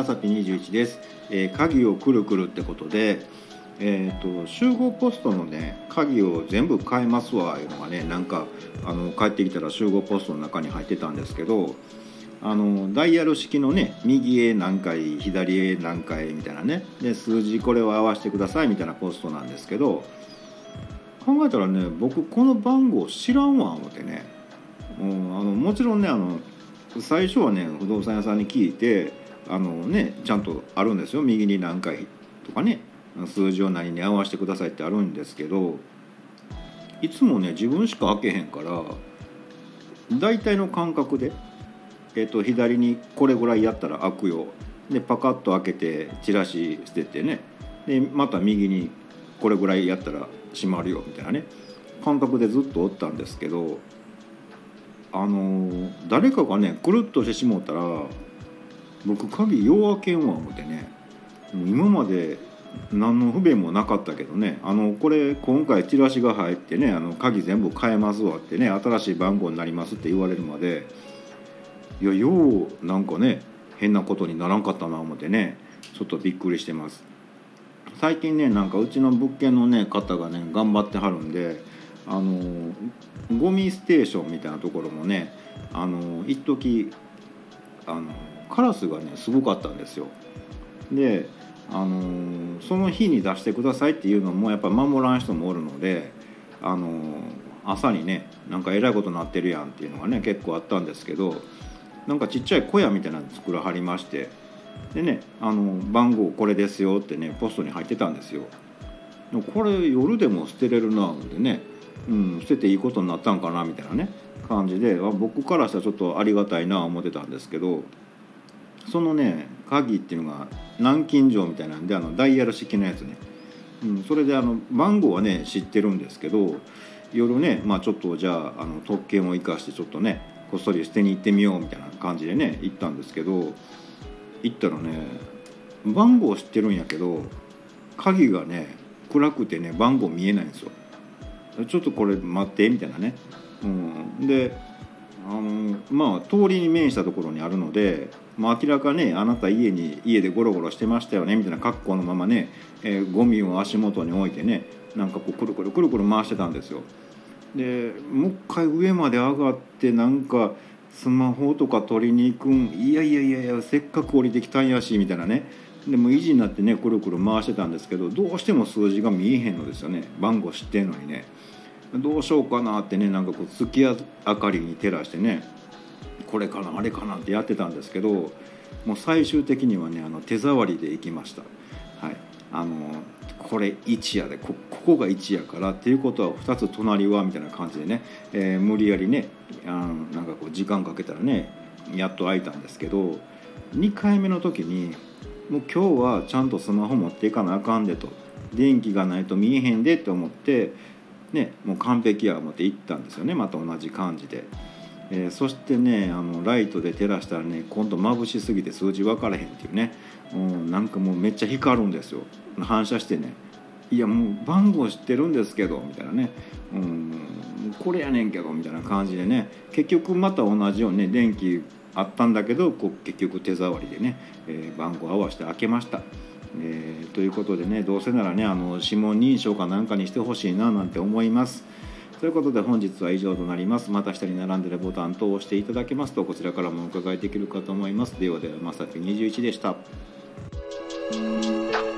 まさぴ21です。鍵をくるくるってことで、集合ポストのね鍵を全部変えますわいうのがね、なんか帰ってきたら集合ポストの中に入ってたんですけど、ダイヤル式のね、右へ何回左へ何回みたいなね、で数字これを合わせてくださいみたいなポストなんですけど、考えたらね、僕この番号知らんわ思ってね、もちろんね、最初はね不動産屋さんに聞いてちゃんとあるんですよ。右に何回とかね、数字を何に合わせてくださいってあるんですけど、いつもね自分しか開けへんから大体の感覚で、左にこれぐらいやったら開くよ、でパカッと開けてチラシ捨ててね、でまた右にこれぐらいやったら閉まるよみたいなね感覚でずっとおったんですけど、誰かがねくるっとしてしもうたら、僕鍵よう開けんわ思ってね、今まで何の不便もなかったけどね、これ今回チラシが入ってね、鍵全部変えますわってね、新しい番号になりますって言われるまで、いやようなんかね変なことにならんかったな思ってね、ちょっとびっくりしてます。最近ね、なんかうちの物件のね方がね頑張ってはるんで、ゴミステーションみたいなところもね、一時カラスがねすごかったんですよ。でその日に出してくださいっていうのもやっぱ守らん人もおるので、朝にねなんかえらいことなってるやんっていうのがね結構あったんですけど、なんかちっちゃい小屋みたいなの作らはりまして、でね番号これですよってねポストに入ってたんですよ。これ夜でも捨てれるなのでね、捨てていいことになったんかなみたいなね感じで、僕からしたらちょっとありがたいな思ってたんですけど、そのね鍵っていうのが南京錠みたいなんでダイヤル式のやつね、それで番号はね知ってるんですけど、夜ねちょっとじゃあ特権を生かしてちょっとねこっそり捨てに行ってみようみたいな感じでね行ったんですけど、行ったらね番号知ってるんやけど鍵がね暗くてね番号見えないんですよ。ちょっとこれ待ってみたいなね、で通りに面したところにあるので、明らかねあなた家でゴロゴロしてましたよねみたいな格好のままね、ゴミを足元に置いてね、なんかこうくるくるくるくる回してたんですよ。でもう一回上まで上がってなんかスマホとか取りに行くん、いやせっかく降りてきたんやしみたいなね、でも意地になってねくるくる回してたんですけど、どうしても数字が見えへんのですよね。番号知ってんのにね、どうしようかなってね、なんかこう月明かりに照らしてね、これかなあれかなってやってたんですけど、もう最終的にはね手触りで行きました。はい、これ1やで ここが1やからっていうことは2つ隣はみたいな感じでね、無理やりねなんかこう時間かけたらねやっと開いたんですけど、2回目の時にもう今日はちゃんとスマホ持っていかなあかんでと、電気がないと見えへんでって思ってね、もう完璧や思って行ったんですよね、また同じ感じで。そしてねライトで照らしたらね今度眩しすぎて数字分からへんっていうね、なんかもうめっちゃ光るんですよ、反射してね。いやもう番号知ってるんですけどみたいなね、これやねんけどみたいな感じでね、結局また同じようにね電気あったんだけど結局手触りでね、番号合わせて開けました。ということでね、どうせならね指紋認証かなんかにしてほしいななんて思います。ということで本日は以上となります。また下に並んでいるボタンと押していただけますとこちらからもお伺いできるかと思います。ではまさぴ21でした。